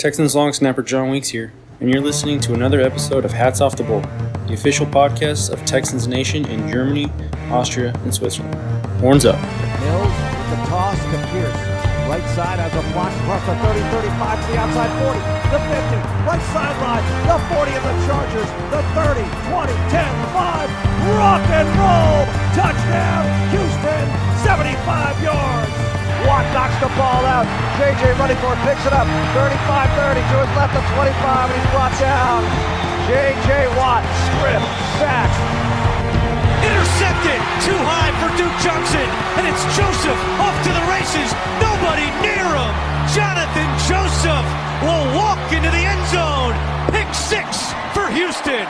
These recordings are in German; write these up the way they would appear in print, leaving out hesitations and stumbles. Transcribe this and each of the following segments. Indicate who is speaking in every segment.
Speaker 1: Texans long snapper John Weeks here, and you're listening to another episode of Hats Off the Bowl, the official podcast of Texans Nation in Germany, Austria, and Switzerland. Horns up.
Speaker 2: Mills with the toss to Pierce. Right side has a block across the 30, 35 to the outside 40, the 50, right sideline, the 40 of the Chargers, the 30, 20, 10, 5, rock and roll, touchdown, Houston, 75 yards. Watt knocks the ball out, JJ running for it, picks it up, 35-30 to his left of 25, and he's brought down. JJ Watt, strip, sack.
Speaker 3: Intercepted, too high for Duke Johnson, and it's Joseph off to the races, nobody near him. Jonathan Joseph will walk into the end zone. Pick six for Houston.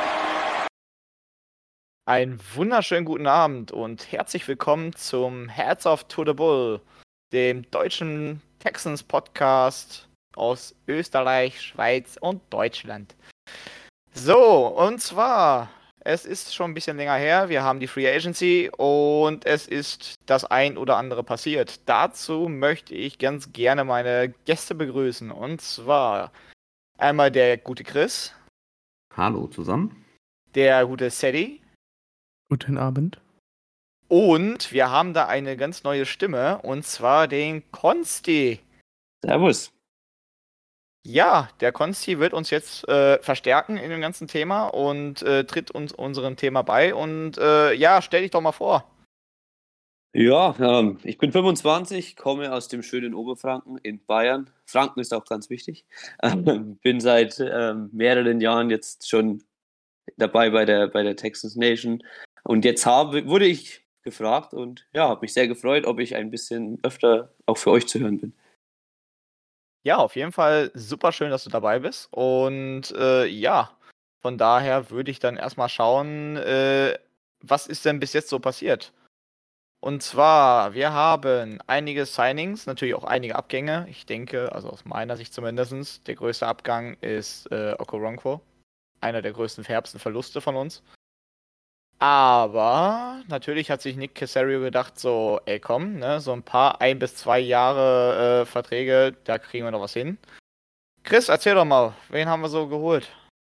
Speaker 4: Einen wunderschönen guten Abend und herzlich willkommen zum Hats Off to the Bull, dem deutschen Texans Podcast aus Österreich, Schweiz und Deutschland. So, und zwar, es ist schon ein bisschen länger her, wir haben die Free Agency und es ist das ein oder andere passiert. Dazu möchte ich ganz gerne meine Gäste begrüßen, und zwar einmal der gute Chris.
Speaker 5: Hallo zusammen.
Speaker 4: Der gute Sadie.
Speaker 6: Guten Abend.
Speaker 4: Und wir haben da eine ganz neue Stimme, und zwar den Konsti.
Speaker 5: Servus.
Speaker 4: Ja, der Konsti wird uns jetzt verstärken in dem ganzen Thema und tritt uns unserem Thema bei. Und ja, stell dich doch mal vor.
Speaker 7: Ja, ich bin 25, komme aus dem schönen Oberfranken in Bayern. Franken ist auch ganz wichtig. Bin seit mehreren Jahren jetzt schon dabei bei der Texans Nation. Und jetzt wurde ich gefragt und ja, habe mich sehr gefreut, ob ich ein bisschen öfter auch für euch zu hören bin.
Speaker 4: Ja, auf jeden Fall super schön, dass du dabei bist. Und ja, von daher würde ich dann erstmal schauen, was ist denn bis jetzt so passiert? Und zwar, wir haben einige Signings, natürlich auch einige Abgänge. Ich denke, also aus meiner Sicht zumindest, der größte Abgang ist Okoronkwo. Einer der größten, färbsten Verluste von uns. Aber natürlich hat sich Nick Caserio gedacht, so, ey komm, ne, so ein paar 1 bis 2 Jahre Verträge, da kriegen wir noch was hin. Chris, erzähl doch mal, wen haben wir so geholt?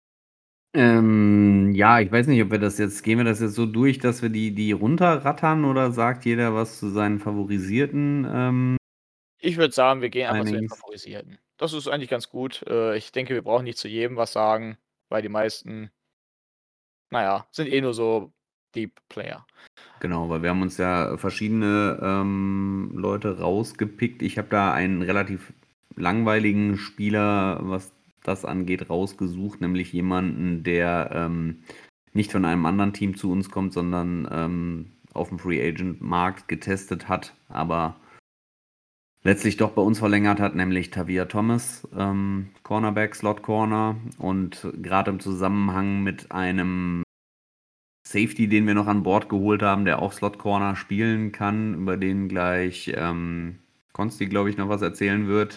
Speaker 5: Ja, ich weiß nicht, ob gehen wir das jetzt so durch, dass wir die runterrattern, oder sagt jeder was zu seinen favorisierten?
Speaker 4: Ich würde sagen, wir gehen einfach zu den
Speaker 5: Signings?
Speaker 4: Favorisierten. Das ist eigentlich ganz gut. Ich denke, wir brauchen nicht zu jedem was sagen, weil die meisten, naja, sind eh nur so Deep Player.
Speaker 5: Genau, weil wir haben uns ja verschiedene Leute rausgepickt. Ich habe da einen relativ langweiligen Spieler, was das angeht, rausgesucht, nämlich jemanden, der nicht von einem anderen Team zu uns kommt, sondern auf dem Free Agent Markt getestet hat, aber letztlich doch bei uns verlängert hat, nämlich Tavia Thomas, Cornerback, Slot Corner, und gerade im Zusammenhang mit einem Safety, den wir noch an Bord geholt haben, der auch Slot Corner spielen kann, über den gleich Konsti, glaube ich, noch was erzählen wird.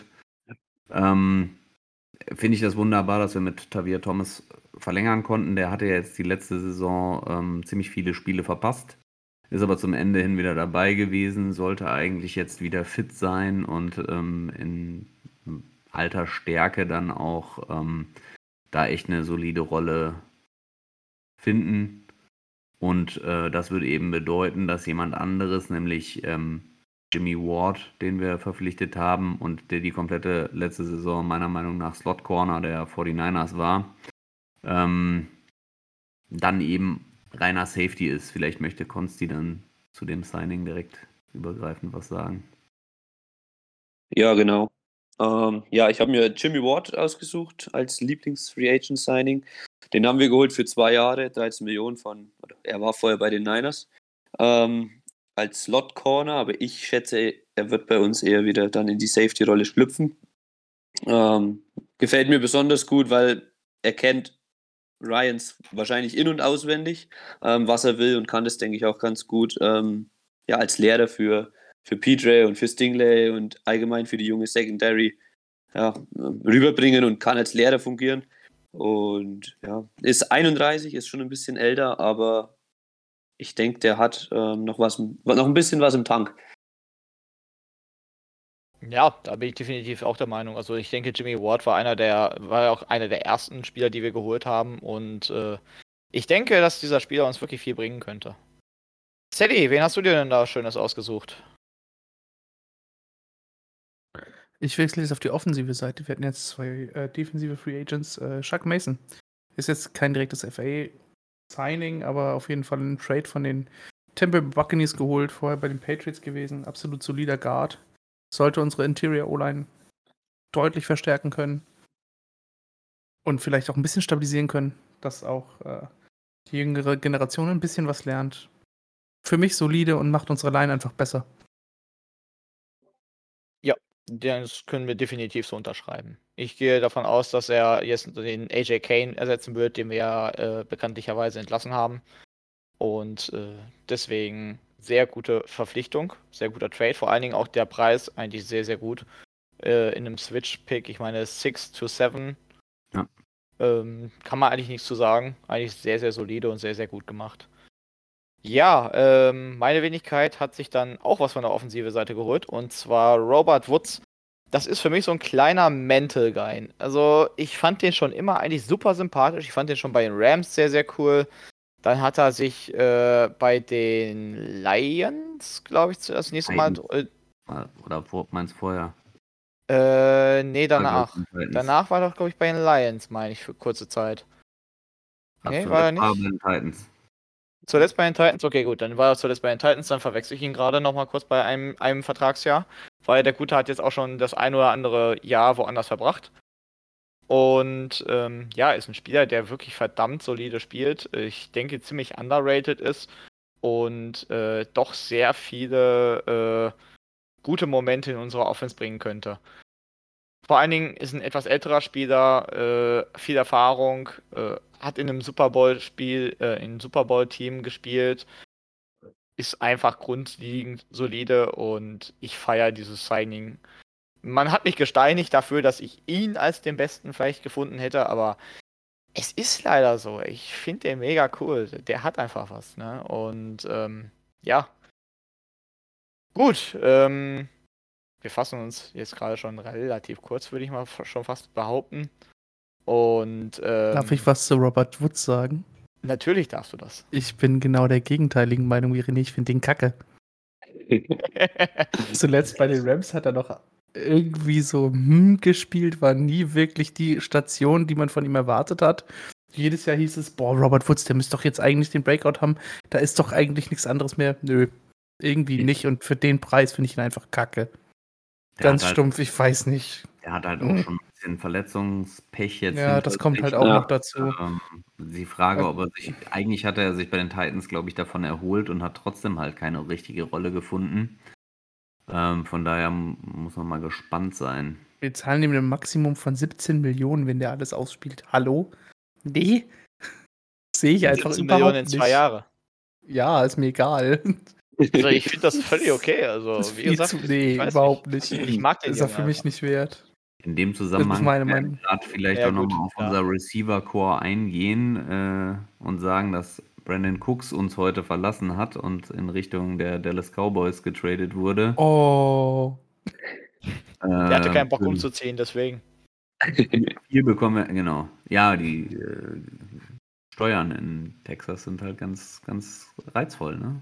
Speaker 5: Finde ich das wunderbar, dass wir mit Tavia Thomas verlängern konnten. Der hatte ja jetzt die letzte Saison ziemlich viele Spiele verpasst, ist aber zum Ende hin wieder dabei gewesen, sollte eigentlich jetzt wieder fit sein und in alter Stärke dann auch da echt eine solide Rolle finden. Und das würde eben bedeuten, dass jemand anderes, nämlich Jimmy Ward, den wir verpflichtet haben und der die komplette letzte Saison meiner Meinung nach Slot Corner der 49ers war, dann eben reiner Safety ist. Vielleicht möchte Konsti dann zu dem Signing direkt übergreifend was sagen.
Speaker 7: Ja, genau. Ja, ich habe mir Jimmy Ward ausgesucht als Lieblings-Free Agent Signing. Den haben wir geholt für 2 Jahre, 13 Millionen er war vorher bei den Niners, als Slot Corner, aber ich schätze, er wird bei uns eher wieder dann in die Safety-Rolle schlüpfen. Gefällt mir besonders gut, weil er kennt Ryans wahrscheinlich in- und auswendig, was er will, und kann das, denke ich, auch ganz gut ja, als Lehrer für PJ und für Stingley und allgemein für die junge Secondary rüberbringen und kann als Lehrer fungieren. Und ja, ist 31, ist schon ein bisschen älter, aber ich denke, der hat noch ein bisschen was im Tank.
Speaker 4: Ja, da bin ich definitiv auch der Meinung. Also ich denke, Jimmy Ward war ja auch einer der ersten Spieler, die wir geholt haben. Und ich denke, dass dieser Spieler uns wirklich viel bringen könnte. Sadie, wen hast du dir denn da Schönes ausgesucht?
Speaker 6: Ich wechsle jetzt auf die offensive Seite. Wir hatten jetzt 2 defensive Free Agents. Shaq Mason ist jetzt kein direktes FA-Signing, aber auf jeden Fall ein Trade von den Tampa Bay Buccaneers geholt, vorher bei den Patriots gewesen. Absolut solider Guard. Sollte unsere Interior O-Line deutlich verstärken können und vielleicht auch ein bisschen stabilisieren können, dass auch die jüngere Generation ein bisschen was lernt. Für mich solide und macht unsere Line einfach besser.
Speaker 4: Ja, das können wir definitiv so unterschreiben. Ich gehe davon aus, dass er jetzt den AJ Kane ersetzen wird, den wir ja bekanntlicherweise entlassen haben. Und deswegen sehr gute Verpflichtung, sehr guter Trade. Vor allen Dingen auch der Preis eigentlich sehr, sehr gut. In einem Switch-Pick, ich meine 6 to 7.
Speaker 5: Ja.
Speaker 4: Kann man eigentlich nichts zu sagen. Eigentlich sehr, sehr solide und sehr, sehr gut gemacht. Ja, meine Wenigkeit hat sich dann auch was von der offensive Seite geholt. Und zwar Robert Woods. Das ist für mich so ein kleiner Mental Guy. Also ich fand den schon immer eigentlich super sympathisch. Ich fand den schon bei den Rams sehr, sehr cool. Dann hat er sich bei den Lions, glaube ich, das nächste Mal.
Speaker 5: Oder meinst du vorher?
Speaker 4: Nee, danach. Danach war er doch, glaube ich, bei den Lions, meine ich, für kurze Zeit. Nee, war er nicht?
Speaker 5: Bei den Titans.
Speaker 4: Zuletzt bei den Titans? Okay, gut, dann war er zuletzt bei den Titans, dann verwechsel ich ihn gerade nochmal kurz bei einem Vertragsjahr, weil der Gute hat jetzt auch schon das ein oder andere Jahr woanders verbracht. Und ja, ist ein Spieler, der wirklich verdammt solide spielt. Ich denke, ziemlich underrated ist und doch sehr viele gute Momente in unserer Offense bringen könnte. Vor allen Dingen ist ein etwas älterer Spieler, viel Erfahrung, hat in einem Super Bowl-Spiel, in einem Super Bowl-Team gespielt, ist einfach grundlegend solide und ich feiere dieses Signing. Man hat mich gesteinigt dafür, dass ich ihn als den Besten vielleicht gefunden hätte, aber es ist leider so. Ich finde den mega cool. Der hat einfach was, ne? Und ja. Gut, wir fassen uns jetzt gerade schon relativ kurz, würde ich mal schon fast behaupten. Und
Speaker 6: Darf ich was zu Robert Woods sagen?
Speaker 4: Natürlich darfst du das.
Speaker 6: Ich bin genau der gegenteiligen Meinung wie René. Ich finde den kacke. Zuletzt bei den Rams hat er noch irgendwie so gespielt, war nie wirklich die Station, die man von ihm erwartet hat. Jedes Jahr hieß es, boah, Robert Woods, der müsste doch jetzt eigentlich den Breakout haben. Da ist doch eigentlich nichts anderes mehr. Nö, irgendwie nicht. Und für den Preis finde ich ihn einfach kacke. Ganz stumpf, ich weiß nicht.
Speaker 5: Er hat halt auch schon ein bisschen Verletzungspech jetzt.
Speaker 6: Ja, das kommt halt auch noch dazu.
Speaker 5: Die Frage, ob er sich, eigentlich hatte er sich bei den Titans, glaube ich, davon erholt und hat trotzdem halt keine richtige Rolle gefunden. Von daher muss man mal gespannt sein.
Speaker 6: Wir zahlen ihm ein Maximum von 17 Millionen, wenn der alles ausspielt. Hallo? Nee? Sehe ich einfach
Speaker 4: 17
Speaker 6: überhaupt
Speaker 4: Millionen in
Speaker 6: nicht.
Speaker 4: 2 Jahre.
Speaker 6: Ja, ist mir egal.
Speaker 4: Also ich finde das völlig okay. Also
Speaker 6: Das ist
Speaker 4: wie
Speaker 6: viel
Speaker 4: gesagt,
Speaker 6: nee,
Speaker 4: ich weiß
Speaker 6: überhaupt
Speaker 4: nicht.
Speaker 6: nicht.
Speaker 4: Ich mag den
Speaker 6: Ist er
Speaker 4: Jungen
Speaker 6: für mich
Speaker 4: einfach.
Speaker 6: nicht wert.
Speaker 5: In dem Zusammenhang
Speaker 6: meine Meinung.
Speaker 5: vielleicht
Speaker 4: Ja,
Speaker 5: auch nochmal auf
Speaker 4: gut, ja.
Speaker 5: unser Receiver-Core eingehen und sagen, dass Brandon Cooks uns heute verlassen hat und in Richtung der Dallas Cowboys getradet wurde.
Speaker 6: Oh.
Speaker 4: Der hatte keinen Bock umzuziehen, deswegen.
Speaker 5: Hier bekommen wir, genau. Ja, die Steuern in Texas sind halt ganz, ganz reizvoll, ne?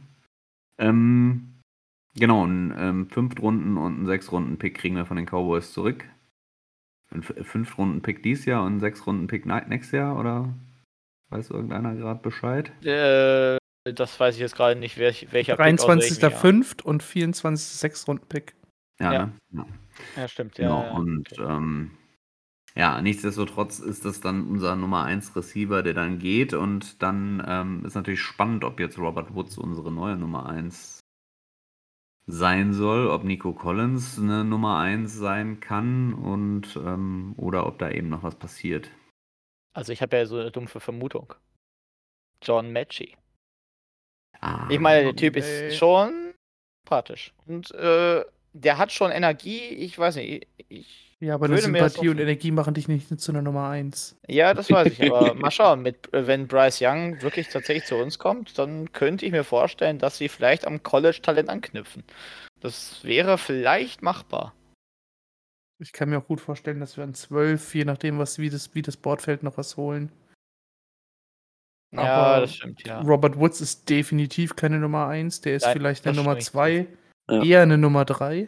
Speaker 5: Genau, einen 5-Runden- und einen 6-Runden-Pick kriegen wir von den Cowboys zurück. Ein 5-Runden-Pick dieses Jahr und einen 6-Runden-Pick nächstes Jahr, oder weiß irgendeiner gerade Bescheid?
Speaker 4: Das weiß ich jetzt gerade nicht, welcher Pick aus welchem
Speaker 6: 23.05. und 24. 6-Runden-Pick.
Speaker 5: Ja,
Speaker 4: Ja.
Speaker 5: ne? Ja.
Speaker 4: Ja, stimmt.
Speaker 5: Genau,
Speaker 4: Ja,
Speaker 5: und
Speaker 4: okay.
Speaker 5: ja, nichtsdestotrotz ist das dann unser Nummer 1 Receiver, der dann geht und dann ist natürlich spannend, ob jetzt Robert Woods unsere neue Nummer 1 sein soll, ob Nico Collins eine Nummer 1 sein kann und oder ob da eben noch was passiert.
Speaker 4: Also ich habe ja so eine dumpfe Vermutung. John Mechie. Ich
Speaker 5: Ah,
Speaker 4: meine, der Typ
Speaker 6: nee.
Speaker 4: ist schon sympathisch. Und der hat schon Energie, ich weiß nicht,
Speaker 6: Ja, aber eine
Speaker 4: würde mir das
Speaker 6: Sympathie und
Speaker 4: auch-
Speaker 6: Energie machen dich nicht zu einer Nummer 1.
Speaker 4: Ja, das weiß ich, aber mal schauen, wenn Bryce Young wirklich tatsächlich zu uns kommt, dann könnte ich mir vorstellen, dass sie vielleicht am College-Talent anknüpfen. Das wäre vielleicht machbar.
Speaker 6: Ich kann mir auch gut vorstellen, dass wir an 12, je nachdem, wie das Board fällt, noch was holen.
Speaker 4: Ja,
Speaker 6: Aber
Speaker 4: das stimmt, ja.
Speaker 6: Robert Woods ist definitiv keine Nummer 1. Der ist
Speaker 4: Nein,
Speaker 6: vielleicht eine
Speaker 4: das
Speaker 6: Nummer
Speaker 4: stimme ich
Speaker 6: 2.
Speaker 7: Ja.
Speaker 6: Eher eine Nummer 3.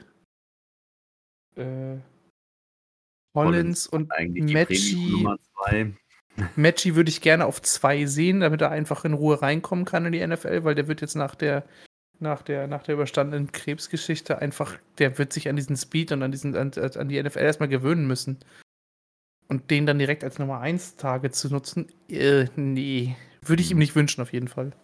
Speaker 6: Hollins und
Speaker 5: Eigentlich die
Speaker 6: Matchy.
Speaker 5: Premium Nummer 2.
Speaker 6: Matchy würde ich gerne auf 2 sehen, damit er einfach in Ruhe reinkommen kann in die NFL, weil der wird jetzt nach der überstandenen Krebsgeschichte einfach, der wird sich an diesen Speed und an die NFL erstmal gewöhnen müssen. Und den dann direkt als Nummer 1 Target zu nutzen, nee. Würde ich ihm nicht wünschen, auf jeden Fall.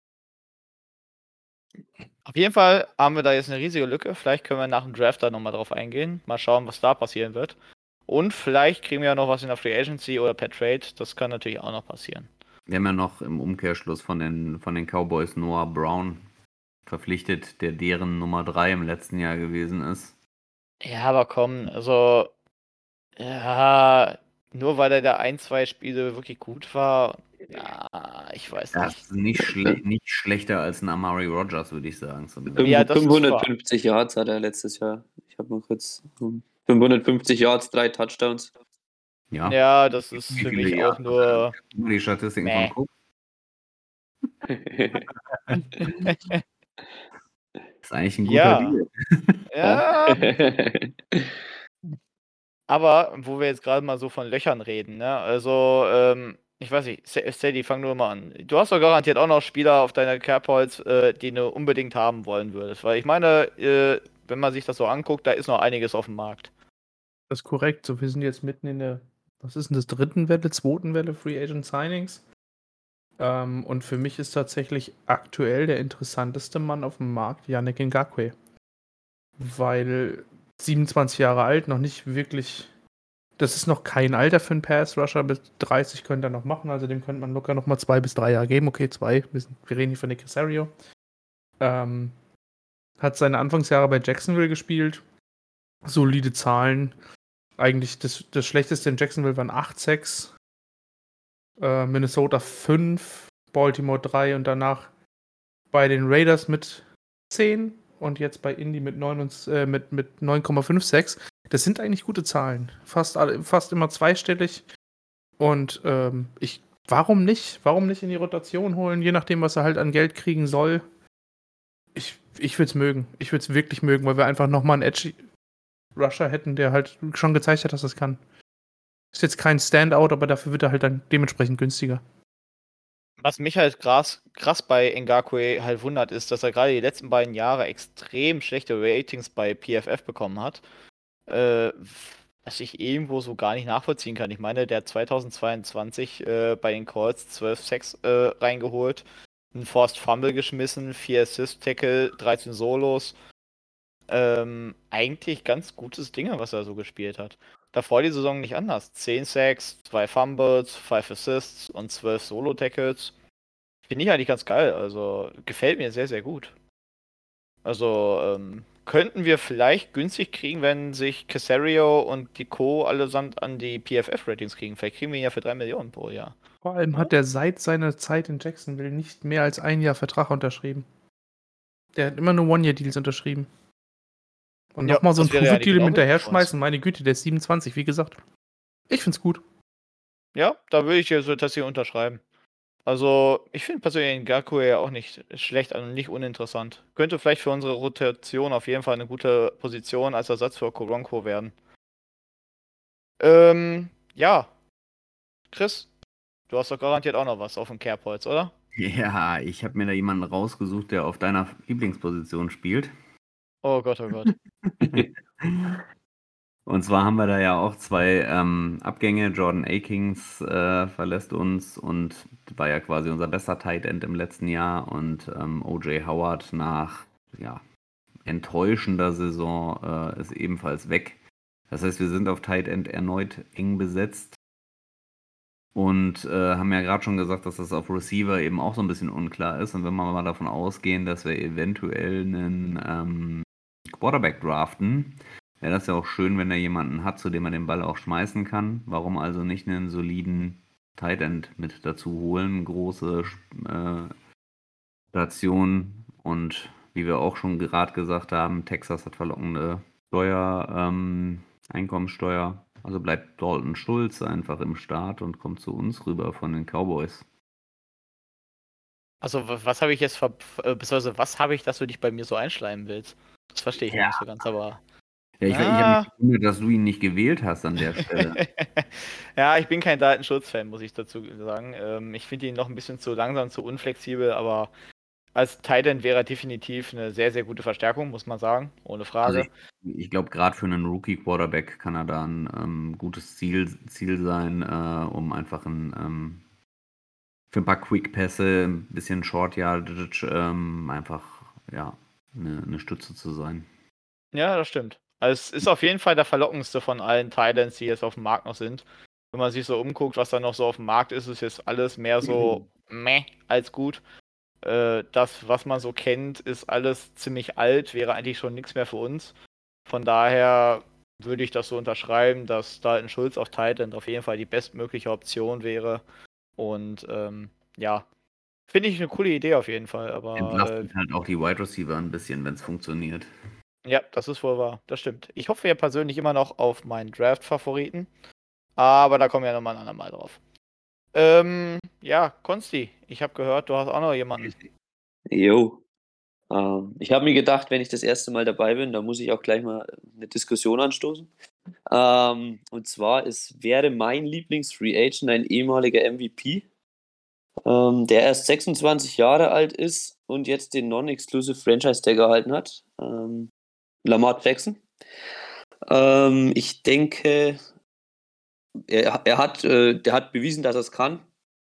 Speaker 4: Auf jeden Fall haben wir da jetzt eine riesige Lücke. Vielleicht können wir nach dem Draft da nochmal drauf eingehen. Mal schauen, was da passieren wird. Und vielleicht kriegen wir ja noch was in der Free Agency oder per Trade. Das kann natürlich auch noch passieren.
Speaker 5: Wir haben ja noch im Umkehrschluss von den Cowboys Noah Brown verpflichtet, der deren Nummer 3 im letzten Jahr gewesen ist.
Speaker 4: Ja, aber komm, also ja, nur weil er da 1-2 Spiele wirklich gut war, ja, ich weiß
Speaker 5: Das
Speaker 4: nicht.
Speaker 5: ist nicht schlechter als ein Amari Rogers, würde ich sagen. Zumindest.
Speaker 4: Ja, das ist
Speaker 7: 550 Yards hat er letztes Jahr. Ich habe noch kurz 550 Yards, 3 Touchdowns.
Speaker 5: Ja,
Speaker 4: Ja, das ist
Speaker 5: Wie
Speaker 4: für
Speaker 5: viele
Speaker 4: mich
Speaker 5: Jahre
Speaker 4: auch nur.
Speaker 5: die Statistiken
Speaker 4: Meh.
Speaker 5: von Cook. Ist eigentlich ein guter
Speaker 4: Ja.
Speaker 5: Deal.
Speaker 4: Ja, aber wo wir jetzt gerade mal so von Löchern reden, ne? Also, ich weiß nicht, Steady, fang nur mal an. Du hast doch garantiert auch noch Spieler auf deiner Cap-Holz, die du unbedingt haben wollen würdest. Weil ich meine, wenn man sich das so anguckt, da ist noch einiges auf dem Markt.
Speaker 6: Das ist korrekt. So, wir sind jetzt mitten in der, was ist denn das, zweiten Welle Free Agent Signings. Und für mich ist tatsächlich aktuell der interessanteste Mann auf dem Markt Yannick Ngakoue. Weil 27 Jahre alt, noch nicht wirklich. Das ist noch kein Alter für einen Pass-Rusher. Bis 30 könnte er noch machen. Also dem könnte man locker noch mal 2 bis 3 Jahre geben. Okay, 2. Wir reden hier von Nick Caserio. Hat seine Anfangsjahre bei Jacksonville gespielt. Solide Zahlen. Eigentlich das Schlechteste in Jacksonville waren 8 Sacks. Minnesota 5. Baltimore 3 und danach bei den Raiders mit 10 und jetzt bei Indy mit 9,56. Das sind eigentlich gute Zahlen. Fast immer zweistellig. Und warum nicht? Warum nicht in die Rotation holen, je nachdem, was er halt an Geld kriegen soll? Ich würde es mögen. Ich würde es wirklich mögen, weil wir einfach nochmal einen Edge-Rusher hätten, der halt schon gezeigt hat, dass das kann. Ist jetzt kein Standout, aber dafür wird er halt dann dementsprechend günstiger.
Speaker 4: Was mich halt krass bei Ngakoue halt wundert, ist, dass er gerade die letzten beiden Jahre extrem schlechte Ratings bei PFF bekommen hat. Was ich irgendwo so gar nicht nachvollziehen kann. Ich meine, der hat 2022 bei den Colts 12 Sacks reingeholt, einen Forced Fumble geschmissen, 4 Assist-Tackle, 13 Solos. Eigentlich ganz gutes Ding, was er so gespielt hat. Davor die Saison nicht anders. 10 Sacks, 2 Fumbles, 5 Assists und 12 Solo-Tackles. Finde ich eigentlich ganz geil. Also gefällt mir sehr, sehr gut. Also könnten wir vielleicht günstig kriegen, wenn sich Caserio und die Co. allesamt an die PFF-Ratings kriegen. Vielleicht kriegen wir ihn ja für 3 Millionen pro Jahr.
Speaker 6: Vor allem hat er seit seiner Zeit in Jacksonville nicht mehr als ein Jahr Vertrag unterschrieben. Der hat immer nur One-Year-Deals unterschrieben. Und
Speaker 4: Ja,
Speaker 6: nochmal so ein
Speaker 4: das wäre ja
Speaker 6: Prove-Deal
Speaker 4: genau
Speaker 6: hinterher
Speaker 4: richtig für uns.
Speaker 6: schmeißen, meine Güte, der ist 27, wie gesagt. Ich find's gut.
Speaker 4: Ja, da würde ich jetzt das hier unterschreiben. Also, ich finde persönlich Ngakoue ja auch nicht schlecht und nicht uninteressant. Könnte vielleicht für unsere Rotation auf jeden Fall eine gute Position als Ersatz für Koronko werden. Ja. Chris, du hast doch garantiert auch noch was auf dem Kerbholz, oder?
Speaker 5: Ja, ich habe mir da jemanden rausgesucht, der auf deiner Lieblingsposition spielt.
Speaker 4: Oh Gott, oh Gott.
Speaker 5: Und zwar haben wir da ja auch 2 Abgänge. Jordan Akins verlässt uns und war ja quasi unser bester Tight End im letzten Jahr. Und O.J. Howard nach enttäuschender Saison ist ebenfalls weg. Das heißt, wir sind auf Tight End erneut eng besetzt. Und haben ja gerade schon gesagt, dass das auf Receiver eben auch so ein bisschen unklar ist. Und wenn wir mal davon ausgehen, dass wir eventuell einen Quarterback draften, wäre das ja auch schön, wenn er jemanden hat, zu dem er den Ball auch schmeißen kann. Warum also nicht einen soliden Tight End mit dazu holen? Große Station. Und wie wir auch schon gerade gesagt haben, Texas hat verlockende Einkommensteuer. Also bleibt Dalton Schulz einfach im Start und kommt zu uns rüber von den Cowboys.
Speaker 4: Also, was habe ich jetzt, beziehungsweise was habe ich, dass du dich bei mir so einschleimen willst? Das verstehe ich noch
Speaker 5: Ja.
Speaker 4: nicht so ganz, aber.
Speaker 5: Ja, ich habe mich gewundert, dass du ihn nicht gewählt hast an der Stelle.
Speaker 4: Ja, ich bin kein Datenschutz-Fan, muss ich dazu sagen. Ich finde ihn noch ein bisschen zu langsam, zu unflexibel, aber als Tight End wäre er definitiv eine sehr, sehr gute Verstärkung, muss man sagen, ohne Frage.
Speaker 5: Also ich glaube, gerade für einen Rookie-Quarterback kann er da ein gutes Ziel sein, um einfach für ein paar Quick-Pässe, ein bisschen Short-Yardage, einfach ja, eine Stütze zu sein.
Speaker 4: Ja, das stimmt. Also es ist auf jeden Fall der verlockendste von allen Titans, die jetzt auf dem Markt noch sind. Wenn man sich so umguckt, was da noch so auf dem Markt ist, ist jetzt alles mehr so meh als gut. Das, was man so kennt, ist alles ziemlich alt, wäre eigentlich schon nichts mehr für uns. Von daher würde ich das so unterschreiben, dass Dalton Schulz auf Titan auf jeden Fall die bestmögliche Option wäre. Und ja, finde ich eine coole Idee auf jeden Fall. Aber
Speaker 5: Entlastet halt auch die Wide Receiver ein bisschen, wenn es funktioniert.
Speaker 4: ja, das ist wohl wahr. Das stimmt. Ich hoffe ja persönlich immer noch auf meinen Draft-Favoriten. Aber da kommen wir ja nochmal ein andermal drauf. Ja, Konsti, ich habe gehört, du hast auch noch jemanden.
Speaker 7: Jo. Ich habe mir gedacht, wenn ich das erste Mal dabei bin, dann muss ich auch gleich mal eine Diskussion anstoßen. Und zwar, wäre mein Lieblings-Free Agent ein ehemaliger MVP, der erst 26 Jahre alt ist und jetzt den Non-Exclusive Franchise-Tag erhalten hat. Lamar Jackson. Ich denke, der hat bewiesen, dass er es kann.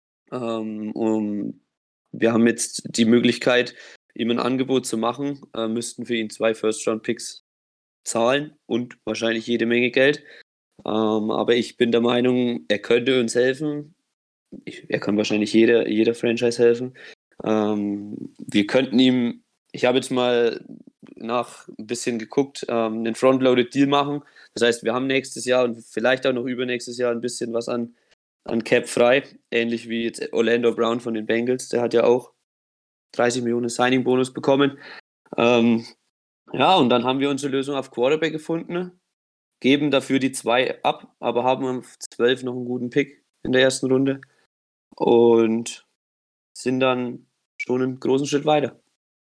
Speaker 7: Wir haben jetzt die Möglichkeit, ihm ein Angebot zu machen, müssten für ihn 2 First-Round-Picks zahlen und wahrscheinlich jede Menge Geld. Aber ich bin der Meinung, er könnte uns helfen. Er kann wahrscheinlich jeder Franchise helfen. Wir könnten ihm, ich habe jetzt mal nach ein bisschen geguckt, einen Front-Loaded Deal machen. Das heißt, wir haben nächstes Jahr und vielleicht auch noch übernächstes Jahr ein bisschen was an Cap frei. Ähnlich wie jetzt Orlando Brown von den Bengals. Der hat ja auch 30 Millionen Signing-Bonus bekommen. Ja, und dann haben wir unsere Lösung auf Quarterback gefunden, geben dafür die 2 ab, aber haben auf 12 noch einen guten Pick in der ersten Runde und sind dann schon einen großen Schritt weiter.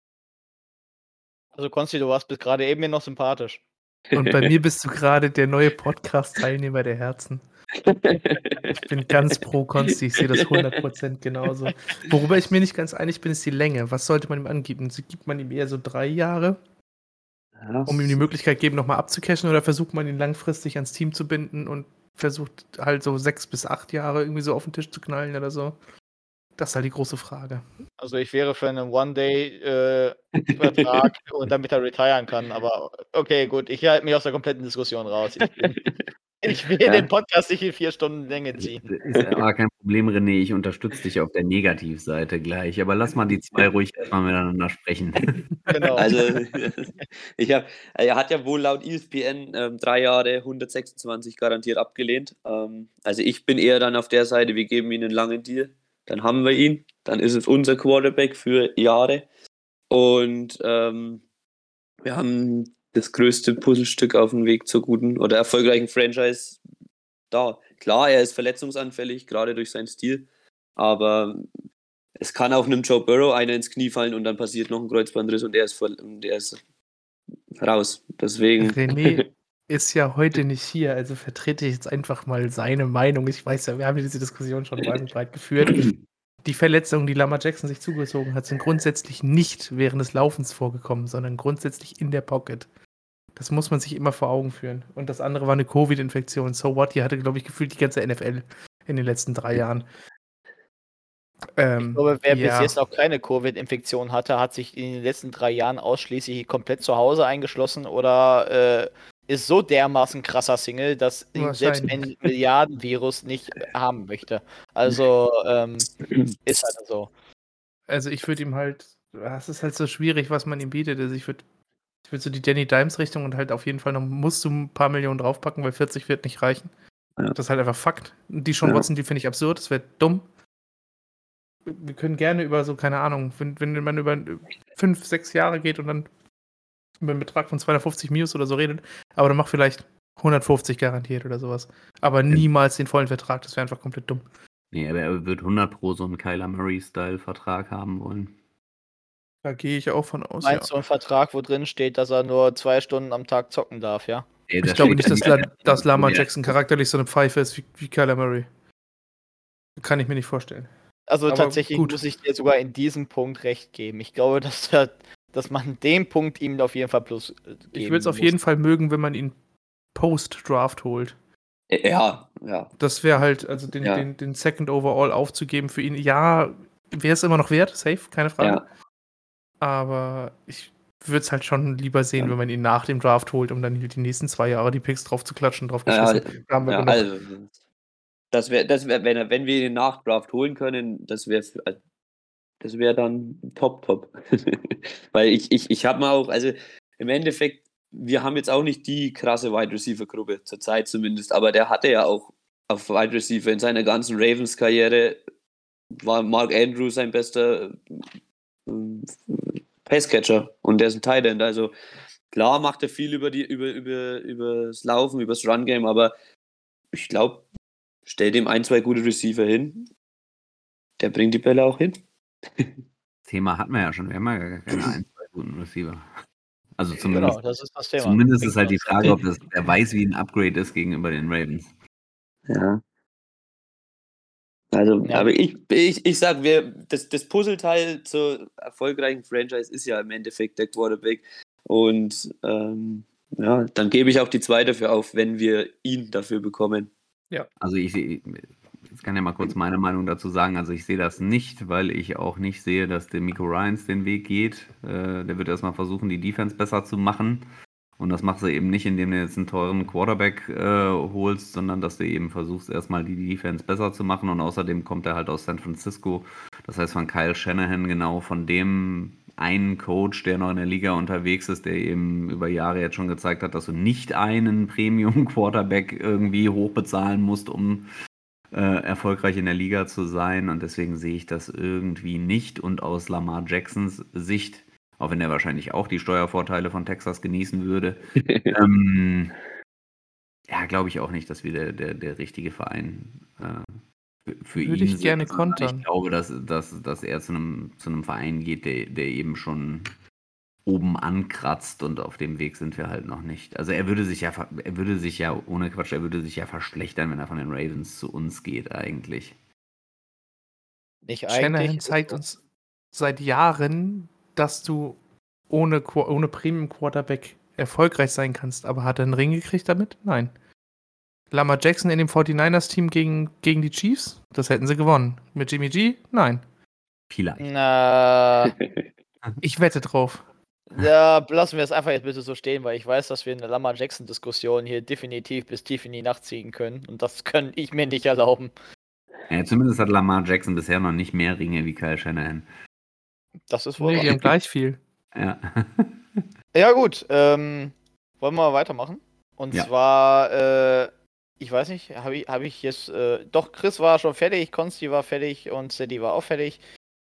Speaker 4: Also Konsti, du warst bis gerade eben mir noch sympathisch.
Speaker 6: Und bei mir bist du gerade der neue Podcast-Teilnehmer der Herzen. Ich bin ganz pro Konsti, ich sehe das 100% genauso. Worüber ich mir nicht ganz einig bin, ist die Länge. Was sollte man ihm angeben? Gibt man ihm eher so 3 Jahre, um ihm die Möglichkeit geben, nochmal abzucashen, oder versucht man ihn langfristig ans Team zu binden und versucht halt so 6 bis 8 Jahre irgendwie so auf den Tisch zu knallen oder so? Das ist halt die große Frage.
Speaker 4: Also ich wäre für einen One-Day-Vertrag und damit er retiren kann, aber okay, gut, ich halte mich aus der kompletten Diskussion raus. Ich will den Podcast nicht in 4 Stunden Länge ziehen.
Speaker 5: Ist aber kein Problem, René, ich unterstütze dich auf der Negativseite gleich, aber lass mal die 2 ruhig erstmal miteinander sprechen.
Speaker 4: Genau.
Speaker 7: Also, er hat ja wohl laut ESPN 3 Jahre 126 garantiert abgelehnt. Also ich bin eher dann auf der Seite, wir geben ihm einen langen Deal, dann haben wir ihn, dann ist es unser Quarterback für Jahre und wir haben das größte Puzzlestück auf dem Weg zur guten oder erfolgreichen Franchise da. Klar, er ist verletzungsanfällig, gerade durch seinen Stil, aber es kann auch einem Joe Burrow einer ins Knie fallen und dann passiert noch ein Kreuzbandriss und der ist raus. Deswegen.
Speaker 6: René ist ja heute nicht hier, also vertrete ich jetzt einfach mal seine Meinung. Ich weiß ja, wir haben diese Diskussion schon weit und breit geführt. Die Verletzungen, die Lamar Jackson sich zugezogen hat, sind grundsätzlich nicht während des Laufens vorgekommen, sondern grundsätzlich in der Pocket. Das muss man sich immer vor Augen führen. Und das andere war eine Covid-Infektion. So what? Die hatte, glaube ich, gefühlt die ganze NFL in den letzten 3 Jahren.
Speaker 4: Ich glaube, wer bis jetzt noch keine Covid-Infektion hatte, hat sich in den letzten 3 Jahren ausschließlich komplett zu Hause eingeschlossen oder ist so dermaßen krasser Single, dass ihn selbst ein Milliardenvirus nicht haben möchte. Also ist halt so.
Speaker 6: Also ich würde ihm halt, es ist halt so schwierig, was man ihm bietet. Also ich würde so die Danny Dimes-Richtung und halt auf jeden Fall noch, musst du ein paar Millionen draufpacken, weil 40 wird nicht reichen. Ja. Das ist halt einfach Fakt. Die Sean Watson, die finde ich absurd, das wäre dumm. Wir können gerne über so, keine Ahnung, wenn man über 5, 6 Jahre geht und dann über einen Betrag von 250 Minus oder so redet, aber dann mach vielleicht 150 garantiert oder sowas. Aber niemals den vollen Vertrag, das wäre einfach komplett dumm.
Speaker 5: Nee, aber er wird 100 Pro so einen Kyler Murray-Style-Vertrag haben wollen.
Speaker 6: Da gehe ich auch von aus,
Speaker 4: Meinst du einen Vertrag, wo drin steht, dass er nur 2 Stunden am Tag zocken darf, ja?
Speaker 5: Ey,
Speaker 6: Ich glaube nicht, dass Lamar
Speaker 5: Ja.
Speaker 6: Jackson charakterlich so eine Pfeife ist wie Kyler Murray. Kann ich mir nicht vorstellen.
Speaker 4: Also
Speaker 6: Aber
Speaker 4: tatsächlich
Speaker 6: gut.
Speaker 4: muss ich dir sogar in diesem Punkt recht geben. Ich glaube, dass man den Punkt ihm auf jeden Fall plus geben
Speaker 6: Ich würde es auf
Speaker 4: muss.
Speaker 6: jeden Fall mögen, wenn man ihn Post-Draft holt.
Speaker 7: Ja.
Speaker 6: Das wäre halt, also den Second Overall aufzugeben für ihn, ja, wäre es immer noch wert, safe, keine Frage.
Speaker 7: Ja.
Speaker 6: Aber ich würde es halt schon lieber sehen, wenn man ihn nach dem Draft holt, um dann die nächsten 2 Jahre die Picks drauf zu klatschen, drauf geschissen. Da haben wir genug.
Speaker 7: Also, das wär, wenn wir den Nachdraft holen können, das wäre dann top. Weil ich habe mal auch, also im Endeffekt, wir haben jetzt auch nicht die krasse Wide Receiver Gruppe, zur Zeit zumindest, aber der hatte ja auch auf Wide Receiver in seiner ganzen Ravens-Karriere, war Mark Andrews sein bester Passcatcher und der ist ein Tight End, also klar macht er viel über das Laufen, über das Run-Game, aber ich glaube, stell dem 1, 2 gute Receiver hin, der bringt die Bälle auch hin.
Speaker 5: Thema hatten wir ja schon. Wir haben ja gar keine 1, 2 guten Receiver. Also
Speaker 4: Genau, das ist das Thema.
Speaker 5: Zumindest ist halt die Frage, ob er weiß, wie ein Upgrade ist gegenüber den Ravens.
Speaker 7: Ja. Also,
Speaker 4: Ja.
Speaker 7: aber ich sag, das Puzzleteil zur erfolgreichen Franchise ist ja im Endeffekt der Quarterback. Und dann gebe ich auch die 2 dafür auf, wenn wir ihn dafür bekommen.
Speaker 5: Also ich kann ja mal kurz meine Meinung dazu sagen. Also ich sehe das nicht, weil ich auch nicht sehe, dass der Miko Ryans den Weg geht. Der wird erstmal versuchen, die Defense besser zu machen. Und das machst du eben nicht, indem du jetzt einen teuren Quarterback holst, sondern dass du eben versuchst, erstmal die Defense besser zu machen. Und außerdem kommt er halt aus San Francisco. Das heißt von Kyle Shanahan, genau von dem einen Coach, der noch in der Liga unterwegs ist, der eben über Jahre jetzt schon gezeigt hat, dass du nicht einen Premium-Quarterback irgendwie hochbezahlen musst, um erfolgreich in der Liga zu sein. Und deswegen sehe ich das irgendwie nicht. Und aus Lamar Jacksons Sicht, auch wenn er wahrscheinlich auch die Steuervorteile von Texas genießen würde, glaube ich auch nicht, dass wir der richtige Verein für ihn
Speaker 6: Würde ich
Speaker 5: sind.
Speaker 6: gerne
Speaker 5: sondern
Speaker 6: kontern.
Speaker 5: Ich glaube, dass er zu einem Verein geht, der eben schon oben ankratzt, und auf dem Weg sind wir halt noch nicht. Also er würde sich ja ohne Quatsch, er würde sich ja verschlechtern, wenn er von den Ravens zu uns geht eigentlich.
Speaker 4: Nicht
Speaker 6: Shanahan
Speaker 4: eigentlich.
Speaker 6: zeigt uns seit Jahren, dass du ohne Premium-Quarterback erfolgreich sein kannst. Aber hat er einen Ring gekriegt damit? Nein. Lamar Jackson in dem 49ers-Team gegen die Chiefs? Das hätten sie gewonnen. Mit Jimmy G? Nein.
Speaker 5: Vielleicht.
Speaker 4: Na,
Speaker 6: Ich wette drauf.
Speaker 4: ja, lassen wir es einfach jetzt bitte so stehen, weil ich weiß, dass wir eine Lamar Jackson-Diskussion hier definitiv bis tief in die Nacht ziehen können. Und das kann ich mir nicht erlauben.
Speaker 5: Ja, zumindest hat Lamar Jackson bisher noch nicht mehr Ringe wie Kyle Shanahan.
Speaker 4: Das ist wohl
Speaker 6: Nee,
Speaker 4: wahr.
Speaker 6: die haben gleich viel.
Speaker 5: Ja.
Speaker 4: Ja, gut. Wollen wir mal weitermachen? Und
Speaker 5: Ja.
Speaker 4: zwar, ich weiß nicht, habe ich jetzt. Doch, Chris war schon fertig, Konsti war fertig und Sadie war auch fertig.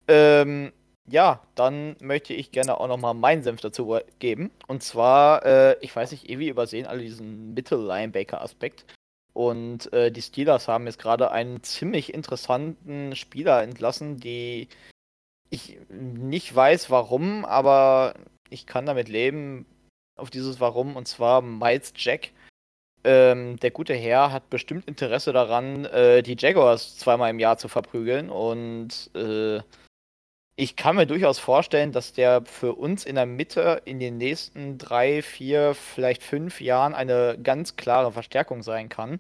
Speaker 4: Ja, dann möchte ich gerne auch nochmal meinen Senf dazu geben. Und zwar, ich weiß nicht, irgendwie übersehen alle diesen Mittel-Linebacker-Aspekt. Und die Steelers haben jetzt gerade einen ziemlich interessanten Spieler entlassen, die ich nicht weiß, warum, aber ich kann damit leben, auf dieses Warum, und zwar Miles Jack. Der gute Herr hat bestimmt Interesse daran, die Jaguars 2-mal im Jahr zu verprügeln, und ich kann mir durchaus vorstellen, dass der für uns in der Mitte in den nächsten 3, 4, vielleicht 5 Jahren eine ganz klare Verstärkung sein kann.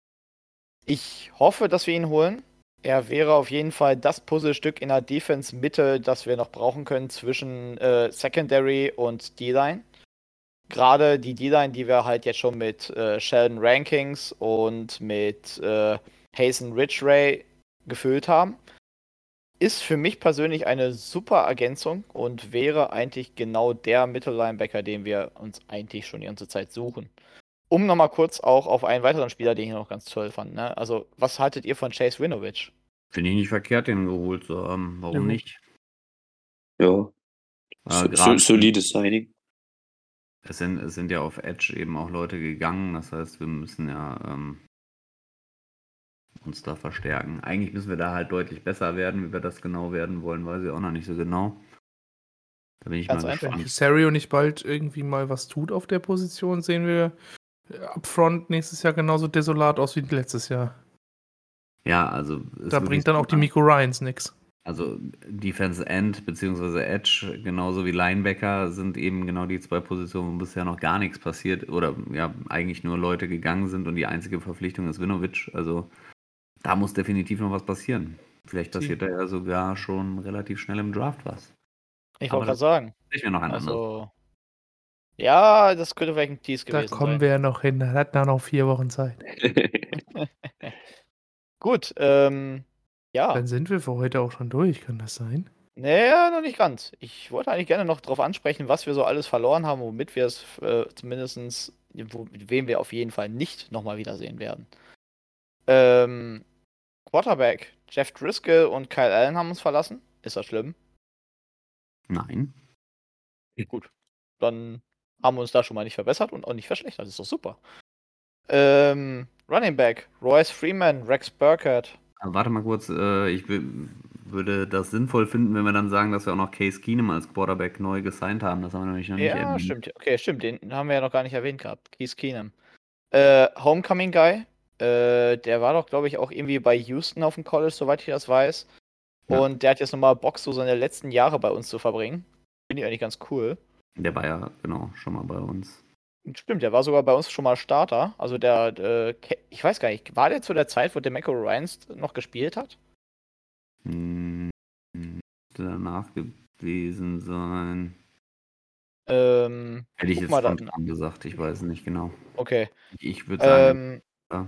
Speaker 4: Ich hoffe, dass wir ihn holen. Er wäre auf jeden Fall das Puzzlestück in der Defense-Mitte, das wir noch brauchen können zwischen Secondary und D-Line. Gerade die D-Line, die wir halt jetzt schon mit Sheldon Rankings und mit Hazen Ridgeway gefüllt haben, ist für mich persönlich eine super Ergänzung und wäre eigentlich genau der Mittellinebacker, den wir uns eigentlich schon die ganze Zeit suchen. Um nochmal kurz auch auf einen weiteren Spieler, den ich noch ganz toll fand. Ne? Also, was haltet ihr von Chase Winovich?
Speaker 5: Finde ich nicht verkehrt, den geholt zu haben. Warum
Speaker 6: Ja.
Speaker 5: nicht?
Speaker 7: Ja.
Speaker 5: Gerade
Speaker 7: Solides Signing.
Speaker 5: Es sind ja auf Edge eben auch Leute gegangen, das heißt, wir müssen ja uns da verstärken. Eigentlich müssen wir da halt deutlich besser werden. Wie wir das genau werden wollen, weiß ich auch noch nicht so genau. Da bin ich
Speaker 4: Ganz
Speaker 5: mal
Speaker 4: einfach.
Speaker 6: Wenn
Speaker 5: gespannt.
Speaker 6: Cesario nicht bald irgendwie mal was tut auf der Position, sehen wir upfront nächstes Jahr genauso desolat aus wie letztes Jahr.
Speaker 5: Ja, also
Speaker 6: Da bringt dann auch die Miko Ryans nichts.
Speaker 5: Also Defense End bzw. Edge, genauso wie Linebacker, sind eben genau die zwei Positionen, wo bisher noch gar nichts passiert oder ja, eigentlich nur Leute gegangen sind und die einzige Verpflichtung ist Winovich. Also da muss definitiv noch was passieren. Vielleicht passiert da ja sogar schon relativ schnell im Draft was.
Speaker 4: Ich
Speaker 5: Aber
Speaker 4: wollte gerade sagen.
Speaker 5: Ich mir noch ein anderes.
Speaker 4: Also, ja, das könnte vielleicht ein Tease
Speaker 6: Da
Speaker 4: gewesen
Speaker 6: kommen
Speaker 4: sein.
Speaker 6: wir ja noch hin. Da hat er noch 4 Wochen Zeit.
Speaker 4: Gut, ja.
Speaker 6: Dann sind wir für heute auch schon durch, kann das sein?
Speaker 4: Naja, noch nicht ganz. Ich wollte eigentlich gerne noch darauf ansprechen, was wir so alles verloren haben, womit wir es zumindest, wen wir auf jeden Fall nicht nochmal wiedersehen werden. Quarterback, Jeff Driscoll und Kyle Allen haben uns verlassen. Ist das schlimm?
Speaker 5: Nein.
Speaker 4: Gut. Dann haben wir uns da schon mal nicht verbessert und auch nicht verschlechtert. Das ist doch super. Running Back, Royce Freeman, Rex Burkhead.
Speaker 5: Warte mal kurz, ich würde das sinnvoll finden, wenn wir dann sagen, dass wir auch noch Case Keenum als Quarterback neu gesigned haben. Das haben wir nämlich noch nicht
Speaker 4: Ja,
Speaker 5: erwähnt.
Speaker 4: stimmt. Okay, stimmt. Den haben wir ja noch gar nicht erwähnt gehabt. Case Keenum. Homecoming Guy. Der war doch, glaube ich, auch irgendwie bei Houston auf dem College, soweit ich das weiß.
Speaker 5: Ja.
Speaker 4: Und der hat jetzt nochmal Bock, so seine letzten Jahre bei uns zu verbringen. Finde ich eigentlich ganz cool.
Speaker 5: Der war ja, genau, schon mal bei uns.
Speaker 4: Stimmt, der war sogar bei uns schon mal Starter. Also ich weiß gar nicht, war der zu der Zeit, wo der Mako Ryans noch gespielt hat?
Speaker 5: Müsste danach gewesen sein.
Speaker 4: Hätte
Speaker 5: Hätte ich jetzt spontan gesagt, ich weiß nicht genau.
Speaker 4: Okay.
Speaker 5: Ich würde sagen, ja.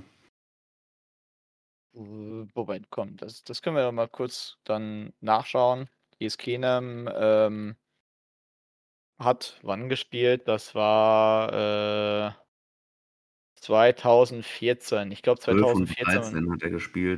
Speaker 4: Moment, komm, das können wir doch mal kurz dann nachschauen. Case Keenum hat wann gespielt? Das war 2014. Ich glaube 2014.
Speaker 5: 13 hat er gespielt.